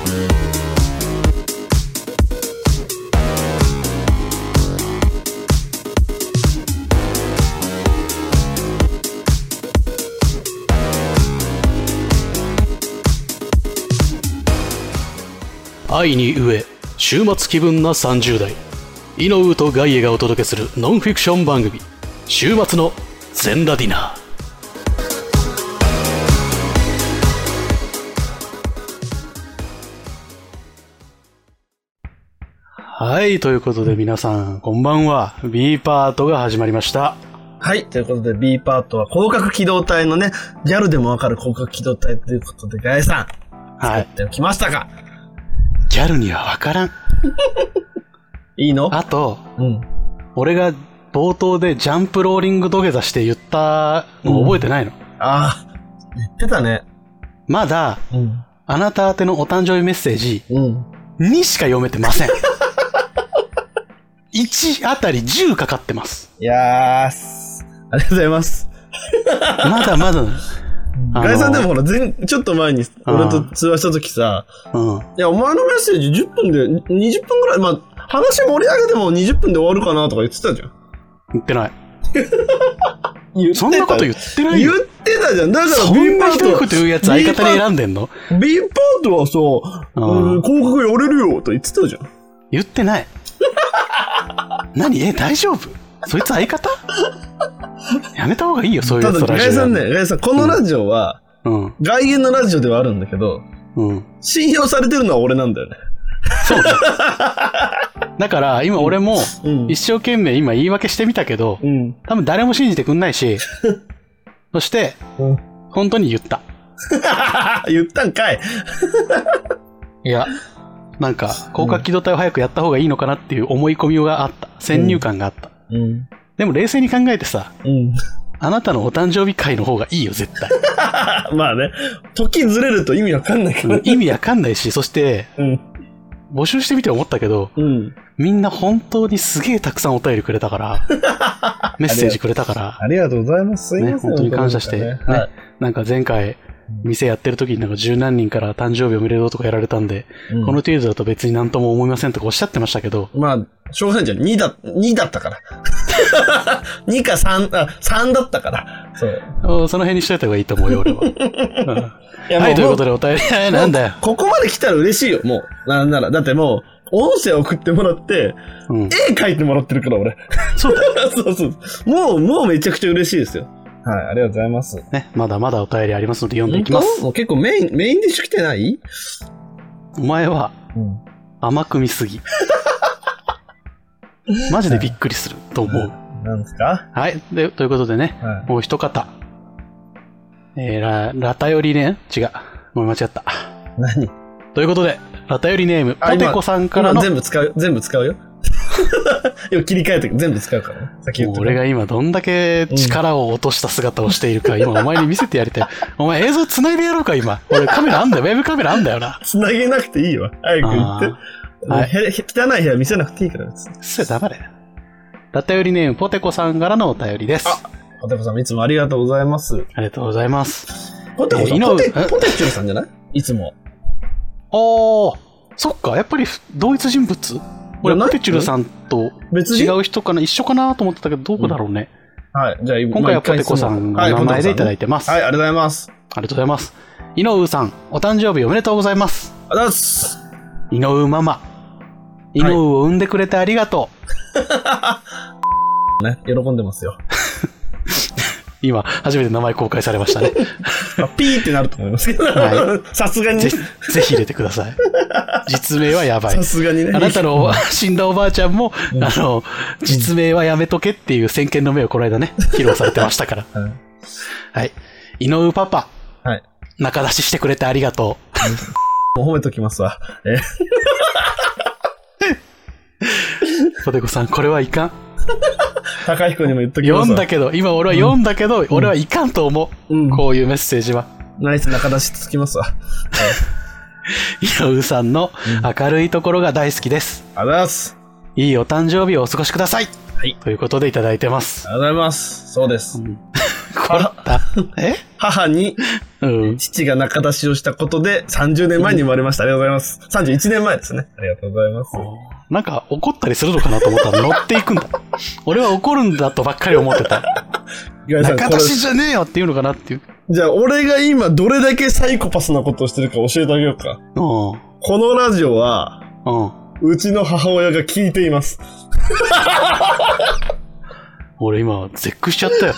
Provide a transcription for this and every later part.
愛に飢え週末気分な30代井上とガイエがお届けするノンフィクション番組週末の全裸ディナー。はい、ということで皆さんこんばんは。 B パートが始まりました。 はい、ということで B パートは広角機動隊のね、ギャルでもわかる広角機動隊ということで、ガエさん、 はい、 作ってきましたか？ ギャルにはわからん。 いいの？ あと、 うん、 俺が冒頭でジャンプローリング土下座して言ったの覚えてないの？ ああ、言ってたね。 まだ、あなた宛てのお誕生日メッセージ、にしか読めてません。1あたり10かかってます。 いやー、ありがとうございます。 まだまだ。 ガイさんでもほら、ちょっと前に俺と通話した時さ、いや、お前のメッセージ10分で、20分ぐらい、まあ、話盛り上げても20分で終わるかなとか言ってたじゃん。 言ってない。そんなこと言ってないよ。 言ってたじゃん。だから B パート。 そんなひどいこと言うやつ相方に選んでんの？ B パートはさ、広告やれるよと言ってたじゃん。 言ってない。何？大丈夫？そいつ相方？やめた方がいいよ、そういうやつ。 ただ、ガイさんね、ガイさん、このラジオは、外縁のラジオではあるんだけど、信用されてるのは俺なんだよね。 そうだ。だから、今俺も、一生懸命今言い訳してみたけど、多分誰も信じてくんないし、そして、本当に言った。 言ったんかい。 いや、なんか、広角機動隊を早くやった方がいいのかなっていう思い込みがあった。先入観があった。でも冷静に考えてさ、あなたのお誕生日会の方がいいよ、絶対。 まあね、時ずれると意味わかんないから、 意味わかんないし、そして、募集してみて思ったけど、みんな本当にすげえたくさんお便りくれたから、メッセージくれたから、 ありがとうございます。すいません。 ね、本当に感謝して、ね、なんか前回、店やってる時になんか十何人から誕生日おめでとうとかやられたんで、この程度だと別になんとも思いませんとかおっしゃってましたけど。まあ、しょうがないじゃん。2だったから。2か3、3だったから。そう。 その辺にしといた方がいいと思うよ、俺は。はい、ということでお便り、なんだよ。 ここまで来たら嬉しいよ、もう。なんなら。だってもう、音声送ってもらって、絵描いてもらってるから、俺。 そうだよ。 そうそう。もうめちゃくちゃ嬉しいですよ。はい、ありがとうございます。 ね、まだまだお便りありますので読んでいきます。 もう結構メインディッシュ来てない？ お前は、甘く見すぎ。マジでびっくりすると思う。 なんですか？ はい。ということでね、もう一方。ラタよりね、違う。もう間違った。 何？ ということで、ラタよりネーム、ポテコさんからの。 全部使うよ。今切り替えて全部使うからね。先言って。 俺が今どんだけ力を落とした姿をしているか、今お前に見せてやりたい。お前映像繋いでやろうか、今。俺カメラあんだよ。ウェブカメラあんだよな。 繋げなくていいわ。早く言って。汚い部屋見せなくていいから。 それ黙れ。ラタよりネーム、ポテコさんからのお便りです。 ポテコさんいつもありがとうございます。 ありがとうございます。 ポテコさん、ポテチューさんじゃない？いつも。 そっか、やっぱり同一人物？俺、ポテチュルさんと違う人かな、一緒かなと思ってたけど、どこだろうね。 はい。じゃあ、 今回はポテコさんの名前でいただいてます。 はい、ありがとうございます。 ありがとうございます。井上さん、お誕生日おめでとうございます。 ありがとうございます。 井上ママ。井上を産んでくれてありがとう。ね、喜んでますよ。 今、初めて名前公開されましたね。 ピーってなると思いますけど。さすがに。 ぜひ入れてください。実名はやばい。 さすがにね。 あなたの死んだおばあちゃんも、実名はやめとけっていう先見の目をこの間ね、披露されてましたから。はい。井上パパ。 はい。 仲出ししてくれてありがとう。もう褒めときますわ。 ポテコさん、これはいかん。 高彦にも言っときますわ。 読んだけど、今俺は読んだけど、俺はいかんと思う。こういうメッセージは。 ナイス仲出しつきますわ。 井上さんの明るいところが大好きです。 ありがとうございます。 いいお誕生日をお過ごしください。 はい。 ということでいただいてます。 ありがとうございます。そうです。 母に、父が仲出しをしたことで30年前に生まれました。ありがとうございます。31年前ですね。ありがとうございます。 なんか怒ったりするのかなと思ったら乗っていくんだ。俺は怒るんだとばっかり思ってた。仲出しじゃねえよっていうのかなっていう。 じゃあ俺が今どれだけサイコパスなことをしてるか教えてあげようか。このラジオは、うちの母親が聞いています。 俺今絶句しちゃったよ。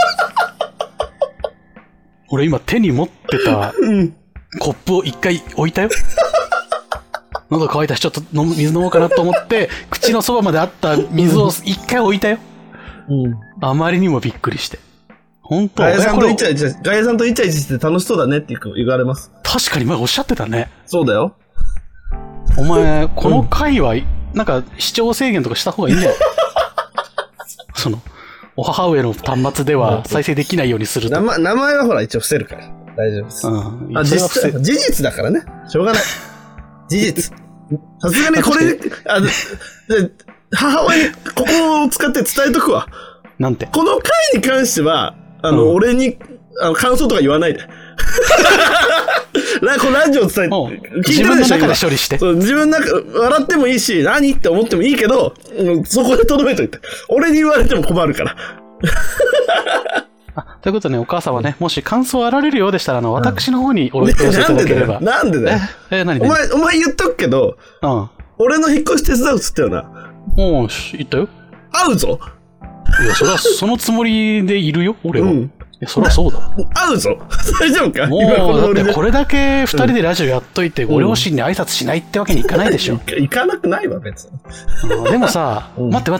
俺今手に持ってたコップを一回置いたよ。喉乾いたしちょっと水飲もうかなと思って口のそばまであった水を一回置いたよ。あまりにもびっくりして。本当。ガヤさんとイチャイチャして楽しそうだねって言われます。 確かに前おっしゃってたね。 そうだよ。 お前この回はなんか視聴制限とかした方がいいんじゃない？そのお母上の端末では再生できないようにすると。 名前はほら一応伏せるから。大丈夫です。事実だからね。しょうがない。事実。さすがにこれ、母親にここを使って伝えとくわ。 なんて。 この回に関しては、俺に感想とか言わないで。このラジオ伝えて、 聞いてるでしょ、自分の中で処理して。 そう、自分の中、笑ってもいいし、何って思ってもいいけど、そこで留めといて。俺に言われても困るから。 ということでね、お母さんはね、もし感想あられるようでしたら、私の方にお寄せいただければ。 なんでだよ。 何お前言っとくけど、俺の引っ越し手伝うっつったよな。 言ったよ。 会うぞ。 いや、それはそのつもりでいるよ、俺は。いや、そりゃそうだ。 会うぞ。大丈夫か？ もう、だってこれだけ二人でラジオやっといて、ご両親に挨拶しないってわけにいかないでしょ。 行かなくないわ、別に。 でもさ、待って。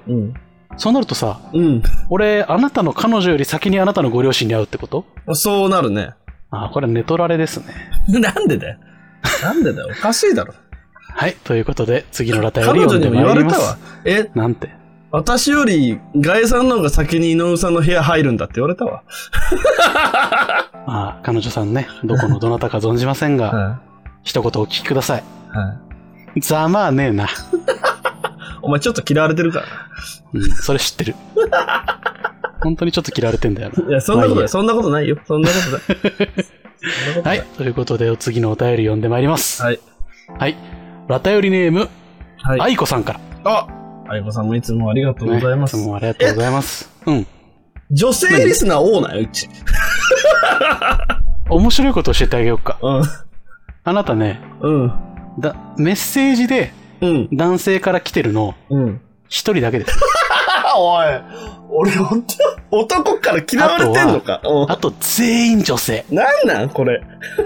そうなるとさ、俺、あなたの彼女より先にあなたのご両親に会うってこと？ そうなるね。 これ寝取られですね。 なんでだよ。おかしいだろ。 はい、ということで、次のラタより読んでまいります。 彼女にも言われたわ。 なんて？ 私より、ガエさんの方が先に井上さんの部屋入るんだって言われたわ。 彼女さんね、どこのどなたか存じませんが、一言お聞きください。ざまあねえな。 お前ちょっと嫌われてるからな。それ知ってる。本当にちょっと嫌われてんだよな。 いや、そんなことないよ。そんなことない。はい、ということで、次のお便り読んでまいります。はい。ラタよりネーム、愛子さんから。 愛子さんもいつもありがとうございます。 いつもありがとうございます。 女性リスナー多ない？うち。 面白いこと教えてあげようか。あなたね、メッセージで、男性から来てるの、一人だけです。 おい、俺男から嫌われてんのか。 あと全員女性。 なんこれ。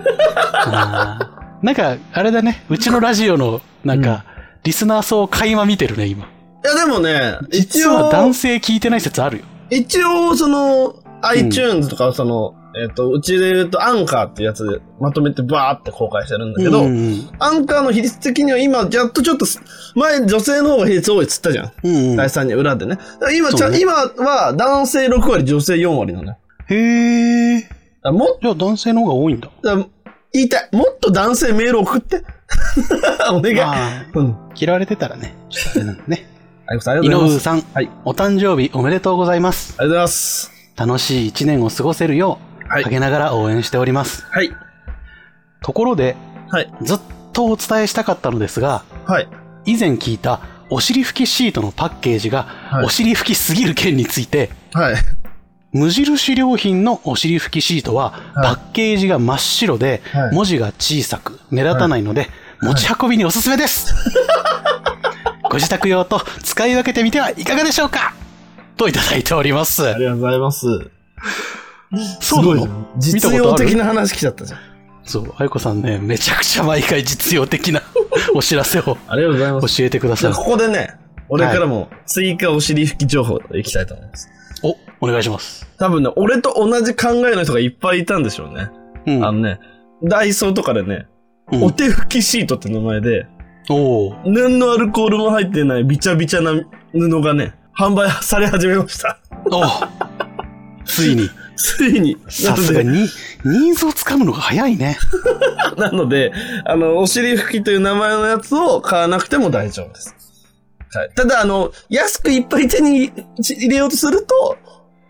なんか、あれだね、うちのラジオの、なんか、リスナー層垣間見てるね、今。 いや、でもね、 実は男性聞いてない説あるよ。 一応、iTunes とか、うちで言うと、アンカーってやつでまとめてバーって公開してるんだけど、アンカーの比率的には今、やっとちょっと、前女性の方が比率多いっつったじゃん。第3に裏でね。今は男性6割、女性4割なのよ。 へー。じゃあ男性の方が多いんだ。 言いたい。もっと男性メール送って。お願い。 嫌われてたらね、ちょっとあれなんだね。 井上さん、お誕生日おめでとうございます。 ありがとうございます。 楽しい一年を過ごせるよう、陰ながら応援しております。ところで、ずっとお伝えしたかったのですが、以前聞いたお尻拭きシートのパッケージが、お尻拭きすぎる件について、無印良品のお尻拭きシートは、パッケージが真っ白で、文字が小さく目立たないので、持ち運びにおすすめです。ご自宅用と使い分けてみてはいかがでしょうかといただいております。 ありがとうございます。 そうなの？ 実用的な話来ちゃったじゃん。 そう、愛子さんね、めちゃくちゃ毎回実用的なお知らせをありがとうございます。 教えてください。 ここでね、俺からも追加お尻拭き情報いきたいと思います。 お願いします。 多分ね、俺と同じ考えの人がいっぱいいたんでしょうね。ダイソーとかでね、お手拭きシートって名前で、念のアルコールも入ってないビチャビチャな布がね、販売され始めました。 ついに。さすがに、ニーズをつかむのが早いね。 なので、お尻拭きという名前のやつを買わなくても大丈夫です。ただ、安くいっぱい手に入れようとすると、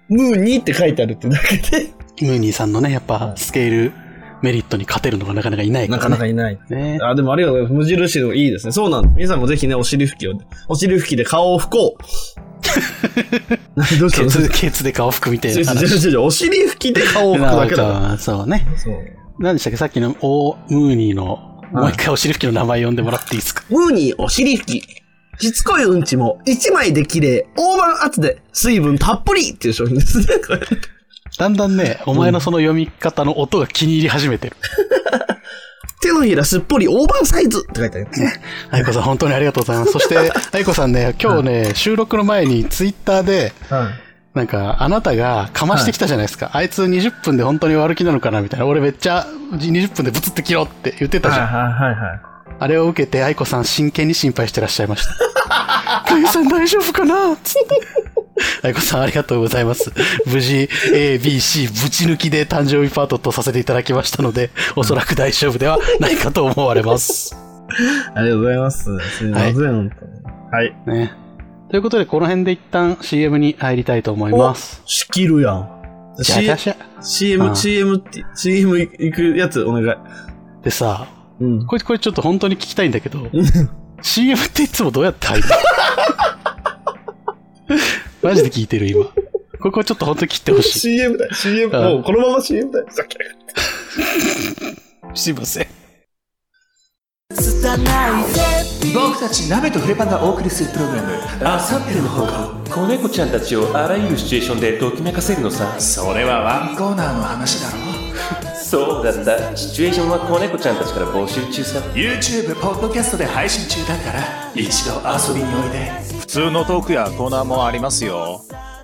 ムーニーって書いてあるってだけで。 ムーニーさんのね、やっぱスケールメリットに勝てるのがなかなかいないからね。 なかなかいない。 ね、 でもありがとうございます。無印のいいですね。そうなんです。皆さんもぜひね、お尻拭きで顔を拭こう。どうしたケツで顔拭くみたいな話。 お尻拭きで顔を拭くだけだ。 そうね。何でしたっけ、さっきのムーニーの、もう一回お尻拭きの名前呼んでもらっていいですか。 ムーニーお尻拭き。しつこいうんちも1枚で綺麗、大判圧で水分たっぷりっていう商品ですね。 だんだんね、お前のその読み方の音が気に入り始めてる。 手のひらすっぽり大判サイズって書いてありますね。 愛子さん本当にありがとうございます。そして愛子さんね、今日ね、収録の前にツイッターで、なんかあなたがかましてきたじゃないですか。あいつ20分で本当に悪気なのかなみたいな。俺めっちゃ20分でブツって切ろうって言ってたじゃん。あれを受けて愛子さん真剣に心配してらっしゃいました。かゆさん大丈夫かなつって。愛子さんありがとうございます。無事 A、B、C ぶち抜きで誕生日パートとさせていただきましたので、おそらく大丈夫ではないかと思われます。 ありがとうございます。すみません。はい。 ね。ということでこの辺で一旦 CM に入りたいと思います。 仕切るやん。CM 行くやつお願い。 でさ、これちょっと本当に聞きたいんだけど、CM っていつもどうやって入るの？マジで聞いてる今。ここちょっと本当に切ってほしい。 CM だよ。CM、もうこのまま CM だよ。さっき。 すいません。 僕たち鍋とフレパンがお送りするプログラム、あさっての方向。子猫ちゃんたちをあらゆるシチュエーションでときめかせるのさ。それはワンコーナーの話だろ。そうだった。シチュエーションは子猫ちゃんたちから募集中さ。 YouTube、ポッドキャストで配信中だから一度遊びにおいで。 普通のトークやコーナーもありますよ。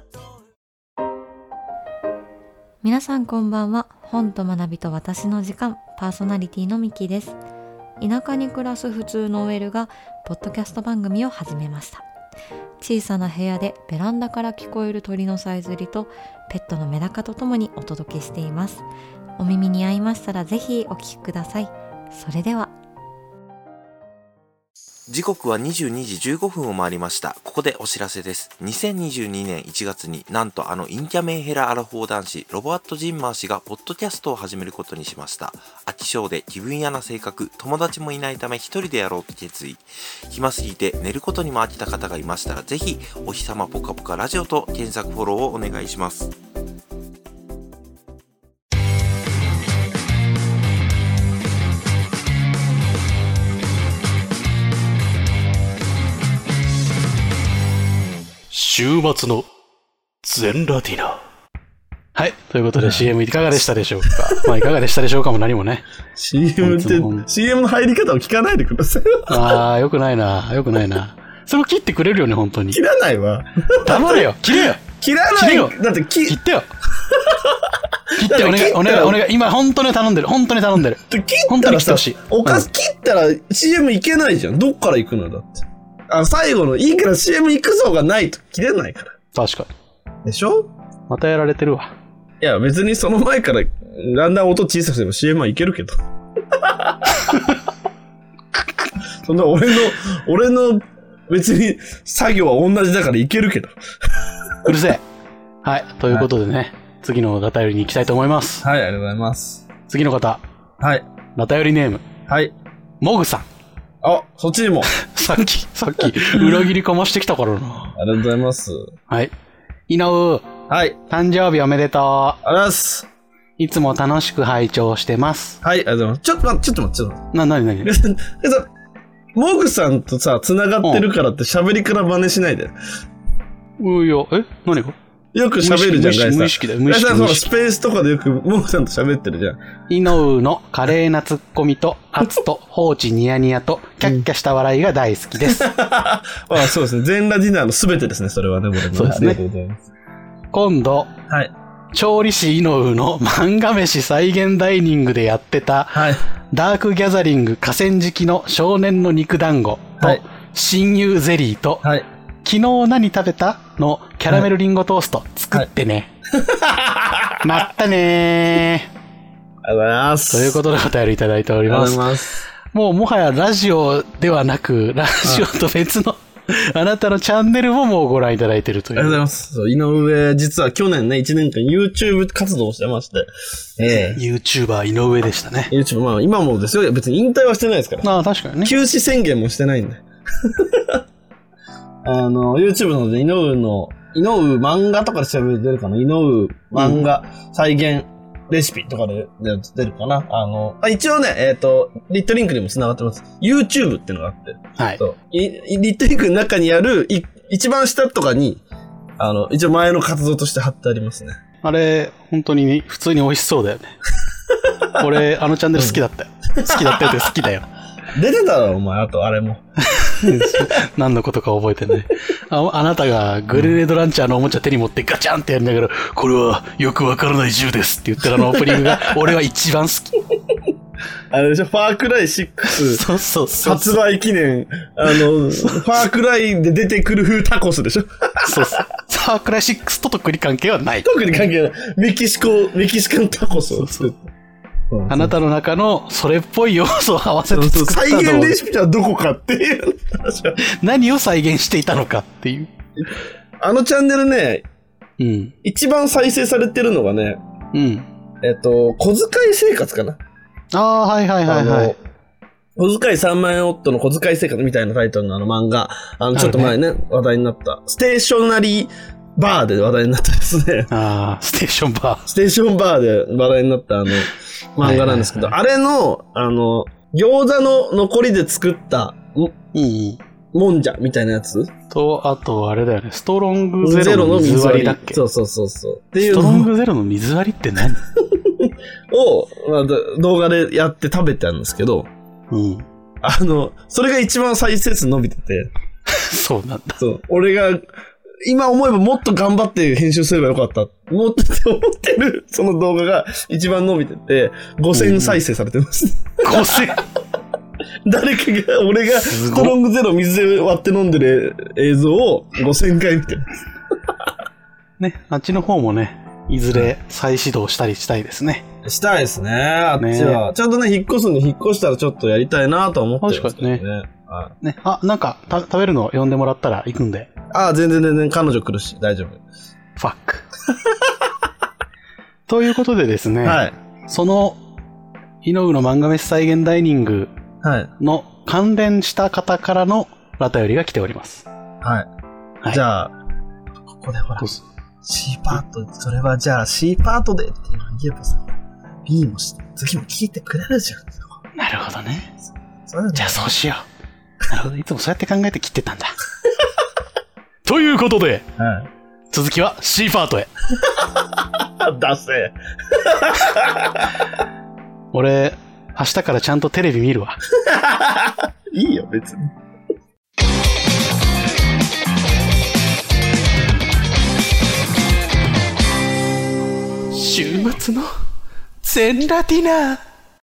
皆さんこんばんは。本と学びと私の時間、パーソナリティのミキです。田舎に暮らす普通の OL がポッドキャスト番組を始めました。小さな部屋でベランダから聞こえる鳥のさえずりとペットのメダカとともにお届けしています。お耳に合いましたらぜひお聞きください。それでは。 時刻は22時15分を回りました。ここでお知らせです。2022年1月になんとインキャメンヘラアラフォー男子ロバート・ジンマー氏がポッドキャストを始めることにしました。飽き性で気分屋な性格、友達もいないため一人でやろうと決意。暇すぎて寝ることにも飽きた方がいましたらぜひお日様ぽかぽかラジオと検索フォローをお願いします。 週末の全ラティナ。はい。ということで CM いかがでしたでしょうか。まあいかがでしたでしょうかも何もね。 CM って、CM の入り方を聞かないでください。 ああ、よくないな。よくないな。それを切ってくれるよね、本当に。 切らないわ。 黙れよ。切れよ。 切らない。 切れよ。 だって切ってよ。切ってお願い。今本当に頼んでる。本当に頼んでる。 切ったらさ、切ったら CM いけないじゃん。どっから行くのだって。最後のいいから CM 行くぞがないと切れないから。 確かに。でしょ？ またやられてるわ。 いや別にその前からだんだん音小さくすれば CM はいけるけど。そんな俺の別に作業は同じだからいけるけど。 うるせえ。はい。ということでね、次のラタよりに行きたいと思います。 はい、ありがとうございます。 次の方。 はい。 ラタよりネーム。 はい。 モグさん。 あ、そっちにも。 さっき、裏切りかましてきたからな。 ありがとうございます。 はい。井上。 はい。 誕生日おめでとう。 ありがとうございます。 いつも楽しく拝聴してます。 はい、ありがとうございます。ちょっと待って。 何モグさんとさ、繋がってるからって喋りから真似しないで。 いや、何がよく喋るじゃん、 無意識だよ。 ガイさんそのスペースとかでよくモグさんと喋ってるじゃん。 井上の華麗なツッコミと、圧と放置ニヤニヤと、キャッキャした笑いが大好きです。 あ、そうですね。全裸ディナーのすべてですね、それはね、俺も。 そうですね。 ありがとうございます。 今度、 はい。 調理師井上の漫画飯再現ダイニングでやってた、 はい。 ダークギャザリング河川敷の少年の肉団子と、はい、親友ゼリーと、はい、昨日何食べたのキャラメルリンゴトースト作ってね。はい、まったねー。 ありがとうございます。 ということでお便りいただいております。 ありがとうございます。 もはやラジオではなく、ラジオと別のあなたのチャンネルももうご覧いただいてるという。 ありがとうございます。そう、井上、実は去年ね、1年間 YouTube 活動をしてまして。 YouTuber 井上でしたね。 YouTube、まあ今もですよ。別に引退はしてないですから。 ああ、確かにね。 休止宣言もしてないんで。YouTube なので、井上漫画とかで調べて出るかな。井上漫画再現レシピとかで出るかな。一応ね、リットリンクにも繋がってます。YouTube っていうのがあって。 はい。 リットリンクの中にある、一番下とかに、一応前の活動として貼ってありますね。 あれ、本当に普通に美味しそうだよね。俺、チャンネル好きだったよ。好きだったよって好きだよ。 出てたろ、お前、あと、あれも。 何のことか覚えてない。あなたがグレネードランチャーのおもちゃ手に持ってガチャンってやりながら、これはよくわからない銃ですって言ってるオープニングが俺は一番好き。 あれでしょ、ファークライ6。 そう。 発売記念。ファークライで出てくる風タコスでしょ。 そう。ファークライ6と特に関係はない。 特に関係ない。メキシカンタコスを作って。 あなたの中のそれっぽい要素を合わせて作った再現レシピはどこかっていう話は。 何を再現していたのかっていう。 あのチャンネルね、一番再生されてるのがね、小遣い生活かな。 ああ、はい。 小遣い3万円夫の小遣い生活みたいなタイトルの漫画、ちょっと前ね、話題になった、ステーショナリーバーで話題になったですね。 ああ、ステーションバーで話題になった漫画なんですけど、あれの、餃子の残りで作った、もんじゃみたいなやつと、あと、あれだよね、ストロングゼロの水割りだっけ？ そう。 っていうストロングゼロの水割りって何を、動画でやって食べてあるんですけど、それが一番再生数伸びてて。 そうなんだ。 そう。俺が、今思えばもっと頑張って編集すればよかった。もっとって思ってる、その動画が一番伸びてて、5000再生されてます。 5000？ 誰かが、俺がストロングゼロ水で割って飲んでる映像を5000回見てる。 ね、あっちの方もね、いずれ再始動したいですね。 したいですね、あっちは。ちゃんとね、引っ越すんで引っ越したらちょっとやりたいなと思ってるんですけどね。確かにね。なんか、食べるの呼んでもらったら行くんで。 全然彼女来るし、大丈夫。 ファック。ということでですね、その、井上の漫画飯再現ダイニングの関連した方からのラタよりが来ております。 じゃあ、ここでほら、C パート、それはじゃあ C パートでって言えばさ、B も次も聞いてくれるじゃん。 なるほどね。じゃあそうしよう。なるほど。いつもそうやって考えて切ってたんだ。ということで、続きは C パートへ。 ダセ俺、明日からちゃんとテレビ見るわ。 いいよ、別に。 週末の全ラティナ。